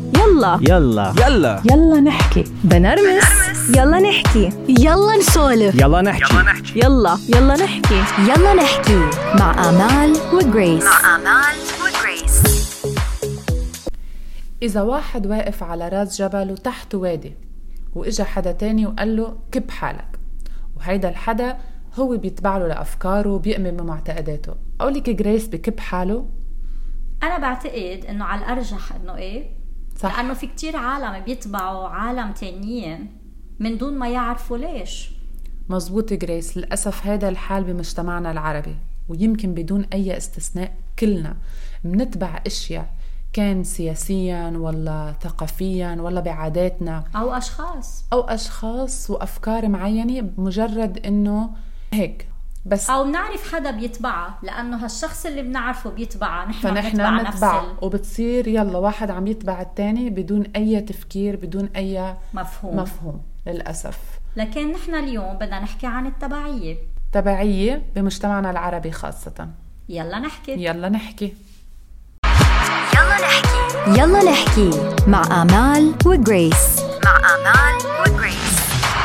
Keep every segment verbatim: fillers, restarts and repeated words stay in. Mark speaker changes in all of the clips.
Speaker 1: يلا
Speaker 2: يلا
Speaker 3: يلا
Speaker 1: يلا نحكي بنرمس يلا نحكي
Speaker 4: يلا نسولف
Speaker 2: يلا نحكي
Speaker 1: يلا يلا نحكي
Speaker 4: يلا نحكي مع آمال وجريس
Speaker 5: مع آمال وجريس.
Speaker 6: إذا واحد واقف على راس جبل وتحته وادي وإجا حدا تاني وقال له كب حالك، وهيدا الحدا هو بيتبع له لأفكاره وبيؤمن بمعتقداته، أقولك جريس بكب حاله؟
Speaker 7: أنا بعتقد إنه على الأرجح إنه إيه،
Speaker 6: صح.
Speaker 7: لأنه في كتير عالم بيتبعوا عالم تانيين من دون ما يعرفوا ليش.
Speaker 6: مزبوط جريس، للأسف هذا الحال بمجتمعنا العربي، ويمكن بدون أي استثناء كلنا منتبع أشياء كان سياسيا ولا ثقافيا ولا بعاداتنا
Speaker 7: أو أشخاص
Speaker 6: أو أشخاص وأفكار معينة بمجرد إنه هيك بس،
Speaker 7: أو بنعرف حدا بيتبعها لأنه هالشخص اللي بنعرفه بيتبعها، نحن
Speaker 6: فنحن
Speaker 7: بنتبع نفس
Speaker 6: نتبع
Speaker 7: ال...
Speaker 6: وبتصير يلا واحد عم يتبع التاني بدون أي تفكير بدون أي
Speaker 7: مفهوم.
Speaker 6: مفهوم للأسف.
Speaker 7: لكن نحن اليوم بدنا نحكي عن التبعية
Speaker 6: تبعية بمجتمعنا العربي خاصة.
Speaker 7: يلا نحكي
Speaker 6: يلا نحكي
Speaker 5: يلا نحكي
Speaker 4: يلا نحكي مع آمال وجريس.
Speaker 5: مع آمال وجريس.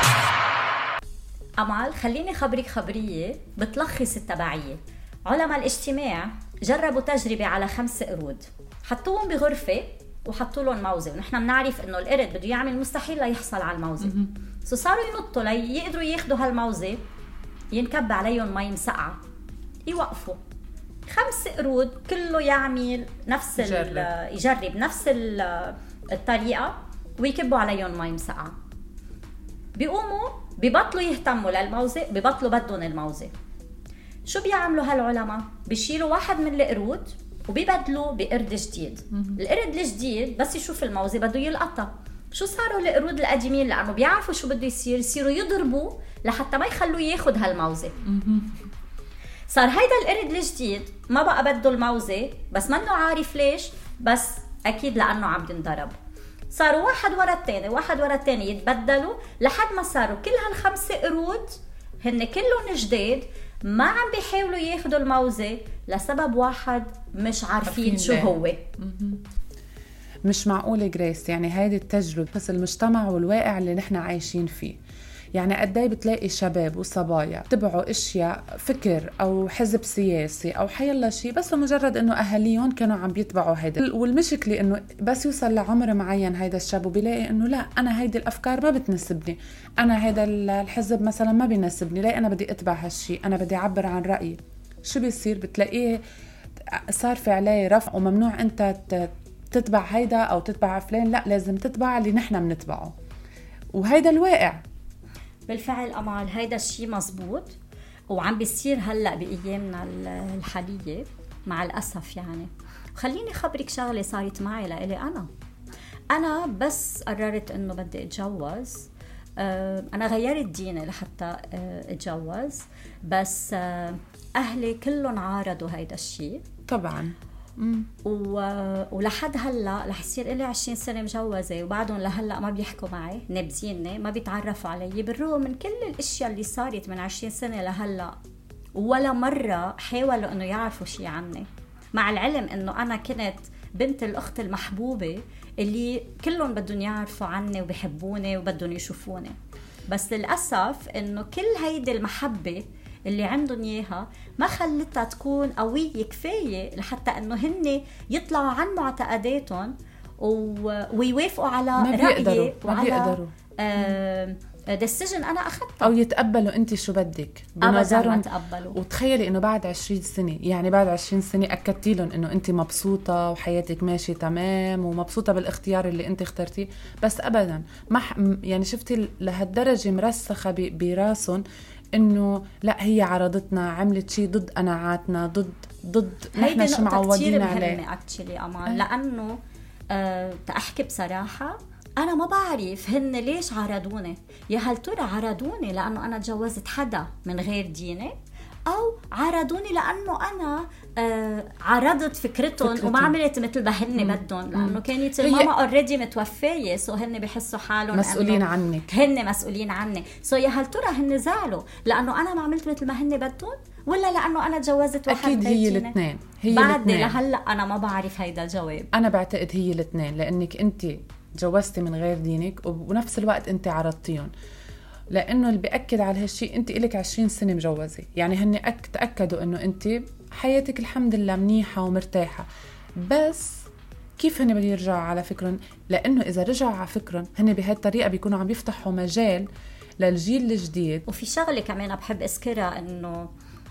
Speaker 7: أمال، خليني خبرك خبرية بتلخص التبعية. علماء الاجتماع جربوا تجربة على خمس قرود، حطوهم بغرفة وحطوا لهم موزة، ونحن بنعرف إنه القرد بده يعمل مستحيل ليحصل على الموزة، سو صاروا ينطوا ليقدروا ياخدوا هالموزة، ينكب عليهم مي مسقعة يوقفوا. خمس قرود كله يعمل نفس
Speaker 6: يجرب,
Speaker 7: يجرب نفس الطريقة ويكبوا عليهم مي مسقعة. بيقوموا ببطلوا يهتموا للموزة، ببطلوا بدهم الموزة. شو بيعملوا هالعلماء؟ بيشيلوا واحد من القرود وبيبدلوا بقرد جديد. القرد الجديد بس يشوف الموزة بده يلقطها. شو صاروا القرود القديمين؟ لأنه بيعرفوا شو بده يصير، يصيروا يضربوا لحتى ما يخلوه ياخد هالموزة. صار هيدا القرد الجديد ما بقى بده الموزة، بس منه عارف ليش، بس أكيد لأنه عم ينضرب. صاروا واحد ورا التاني واحد ورا التاني يتبدلوا لحد ما صاروا كل هالخمسة قرود هن كلهم جداد ما عم بيحاولوا ياخدوا الموزة لسبب واحد، مش عارفين شو هو.
Speaker 6: مش معقولة جريس، يعني هيدي التجربة بس المجتمع والواقع اللي نحن عايشين فيه. يعني قداي بتلاقي شباب وصبايا تبعوا اشياء فكر او حزب سياسي او حيلا شيء بس لمجرد انه اهاليهم كانوا عم بيتبعوا هيدا، والمشكله انه بس يوصل لعمر معين هيدا الشاب وبيلاقي انه لا، انا هيدي الافكار ما بتناسبني، انا هيدا الحزب مثلا ما بيناسبني، لا انا بدي اتبع هالشيء، انا بدي اعبر عن رايي. شو بيصير؟ بتلاقيه صار في عليه رفع وممنوع انت تتبع هيدا او تتبع فلان، لا لازم تتبع اللي نحن بنتبعه، وهيدا الواقع.
Speaker 7: بالفعل أمال، هيدا الشيء مزبوط وعم بيصير هلأ بأيامنا الحالية مع الأسف. يعني خليني خبرك شغلة صارت معي لإلي أنا أنا بس قررت إنه بدي أتجوز. أنا غيرت ديني لحتى أتجوز، بس أهلي كلهم عارضوا هيدا الشيء
Speaker 6: طبعاً.
Speaker 7: و... ولحد هلا رح يصير إلي عشرين سنة مجوزة وبعدهم لهلا ما بيحكوا معي، نابزيني، ما بيتعرفوا علي، بالرغم من كل الاشياء اللي صارت من عشرين سنة لهلا ولا مرة حاولوا انه يعرفوا شيء عني، مع العلم انه انا كنت بنت الاخت المحبوبة اللي كلهم بدهم يعرفوا عني وبيحبوني وبدهم يشوفوني. بس للأسف انه كل هيدي المحبة اللي عندهم إياها ما خلتها تكون قوية كفاية لحتى إنه هن يطلعوا عن معتقداتهم ويوافقوا على
Speaker 6: ما
Speaker 7: رأيي
Speaker 6: ما بيقدروا
Speaker 7: آه ديسيجن أنا أخذتها،
Speaker 6: أو يتقبلوا أنت شو بدك
Speaker 7: بنظرهم. تقبلوا.
Speaker 6: وتخيلي إنه بعد عشرين سنة، يعني بعد عشرين سنة أكدتي لهم إنه أنت مبسوطة وحياتك ماشي تمام ومبسوطة بالاختيار اللي أنت اخترتيه، بس أبدا ما يعني شفتي لهالدرجة مرسخة براسهم إنه لا، هي عرضتنا، عملت شيء ضد قناعاتنا، ضد ضد نحن شو معودين عليه.
Speaker 7: هيدي نقطة كتير مهمة أمان، لأنه أه تأحكي بصراحة أنا ما بعرف هن ليش عرضوني. يا هل ترى عرضوني لأنه أنا تجوزت حدا من غير ديني، أو عارضوني لأنه أنا آه عرضت فكرتهم, فكرتهم وما عملت مثل ما هن بدهم, لأنه كانت الماما اوريدي متوفية, سو هن بيحسوا حالهم
Speaker 6: مسؤولين عنك,
Speaker 7: هن مسؤولين عني. سو يا هل ترى هن زعلوا لأنه أنا ما عملت مثل ما هن بدهم, ولا لأنه أنا تجوزت واحد؟
Speaker 6: أكيد هي الاثنين. هي
Speaker 7: بعد لهلا أنا ما بعرف هيدا الجواب.
Speaker 6: أنا بعتقد هي الاثنين, لأنك أنت جوزتي من غير دينك وبنفس الوقت أنت عرضتيهم, لأنه اللي بيأكد على هالشي أنت إلك عشرين سنة مجوزة, يعني هن أك تأكدوا أنه أنت حياتك الحمد لله منيحة ومرتاحة, بس كيف هن بدي يرجعوا على فكرهم؟ لأنه إذا رجعوا على فكرهم هن بهذه الطريقة بيكونوا عم يفتحوا مجال للجيل الجديد.
Speaker 7: وفي شغلة كمان بحب أذكرها, أنه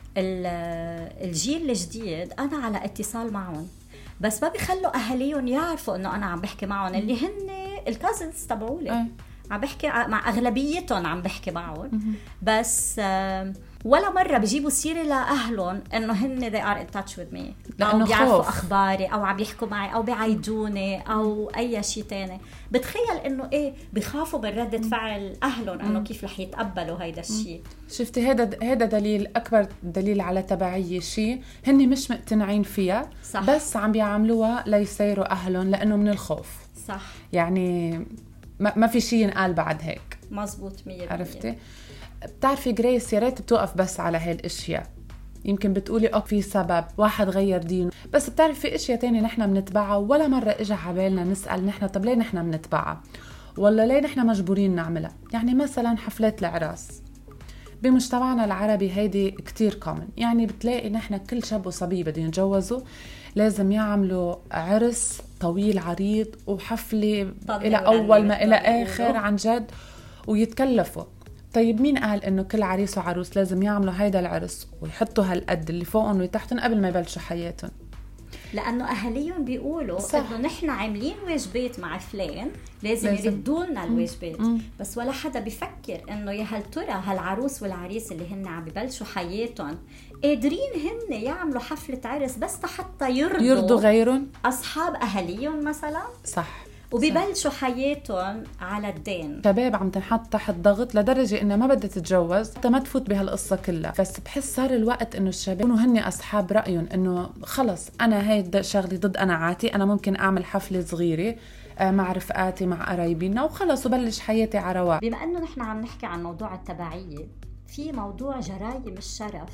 Speaker 7: الجيل الجديد أنا على اتصال معهم, بس ما بيخلوا أهاليهم يعرفوا أنه أنا عم بحكي معهم, اللي هن الكازنز تبعولي, عم بحكي مع أغلبيتهم, عم بحكي معهم, بس ولا مرة بيجيبوا سيرة لأهلهم إنه هن they are in touch with me, أو بيعرفوا أخباري, أو عم يحكوا معي, أو بيعيدوني, أو أي شيء تاني. بتخيل إنه إيه, بيخافوا من ردة فعل أهلهم إنه كيف رح يتقبلوا هيدا الشيء.
Speaker 6: شفتي هذا هذا دليل, أكبر دليل على تبعية شيء هن مش مقتنعين فيها, صح. بس عم بيعملوها ليسيروا أهلهم لأنه من الخوف, صح. يعني ما ما في شيء ينقال بعد هيك.
Speaker 7: مزبوط مية بالمية.
Speaker 6: عرفتي؟ بتعرفي جريس, يا ريت بتوقف بس على هاي الاشياء. يمكن بتقولي اه في سبب واحد غير دينه, بس بتعرفي في اشياء تانية نحن بنتبعها ولا مرة اجى عبالنا نسأل نحن طب ليه نحن بنتبعها, ولا ليه نحن مجبورين نعملها. يعني مثلا حفلات العراس بمجتمعنا العربي هيدي كتير كومن, يعني بتلاقي نحن كل شاب وصبي بدهم يتجوزوا لازم يعملوا عرس طويل عريض وحفلة إلى أول ما إلى آخر عن جد, ويتكلفوا. طيب مين قال إنه كل عريس وعروس لازم يعملوا هيدا العرس ويحطوا هالقد اللي فوقهم وتحتهم قبل ما يبلشوا حياتهم؟
Speaker 7: لأنه أهاليهم بيقولوا إنه نحن عاملين واجبات مع فلان لازم, لازم. يردوا لنا الواجبات, بس ولا حدا بيفكر إنه يا هل ترى هالعروس والعريس اللي هن عم ببلشوا حياتهم قادرين هن يعملوا حفلة عرس بس حتى يرضوا
Speaker 6: يرضوا غيرهم,
Speaker 7: أصحاب أهاليهم مثلا,
Speaker 6: صح,
Speaker 7: وبيبلشوا حياتهم على الدين.
Speaker 6: شباب عم تنحط تحت ضغط لدرجة إنها ما بدها تتجوز حتى ما تفوت بهالقصة كلها. بس بحس صار الوقت إنه الشباب يكونوا هن أصحاب رأيهم, إنه خلص أنا هاي شغلي ضد قناعاتي, أنا ممكن أعمل حفلة صغيرة مع رفقاتي مع قرايبينا وخلص وبلش حياتي على رواق.
Speaker 7: بما إنه نحن عم نحكي عن موضوع التبعية, في موضوع جرايم الشرف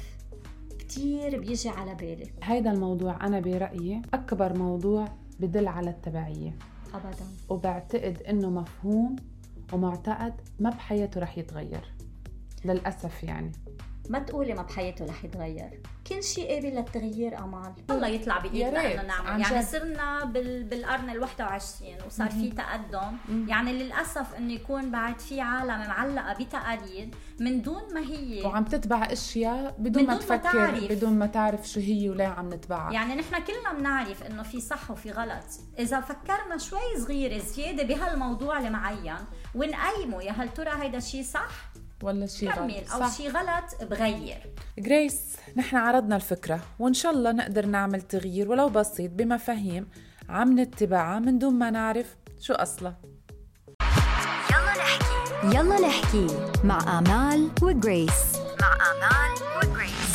Speaker 7: كتير بيجي على بالي.
Speaker 6: هيدا الموضوع أنا برأيي أكبر موضوع بدل على التبعية
Speaker 7: أبداً,
Speaker 6: وبعتقد إنه مفهوم ومعتقد ما بحياته رح يتغير للأسف. يعني
Speaker 7: ما تقولي ما بحياته رح يتغير, كل شيء قابل للتغيير. أمال الله يطلع بإيدنا إنه نعمل, يعني صرنا بال... بالقرن الواحد وعشرين وصار في تقدم. مم. يعني للأسف إنه يكون بعد في عالم معلقة بتقاليد من دون ما هي,
Speaker 6: وعم تتبع أشياء بدون ما تفكر, ما بدون ما تعرف شو هي ولا عم نتبعها.
Speaker 7: يعني نحن كلنا بنعرف إنه في صح وفي غلط, إذا فكرنا شوي صغيرة زيادة بهالموضوع المعين ونقيمه يا هل ترى هيدا الشيء صح
Speaker 6: ولا شيء
Speaker 7: غلط أو شيء غلط بغير.
Speaker 6: جريس, نحن عرضنا الفكرة وإن شاء الله نقدر نعمل تغيير ولو بسيط بمفاهيم عم نتبعها من دون ما نعرف شو أصلا.
Speaker 5: يلا نحكي
Speaker 4: يلا نحكي مع آمال وجريس.
Speaker 5: مع آمال وجريس.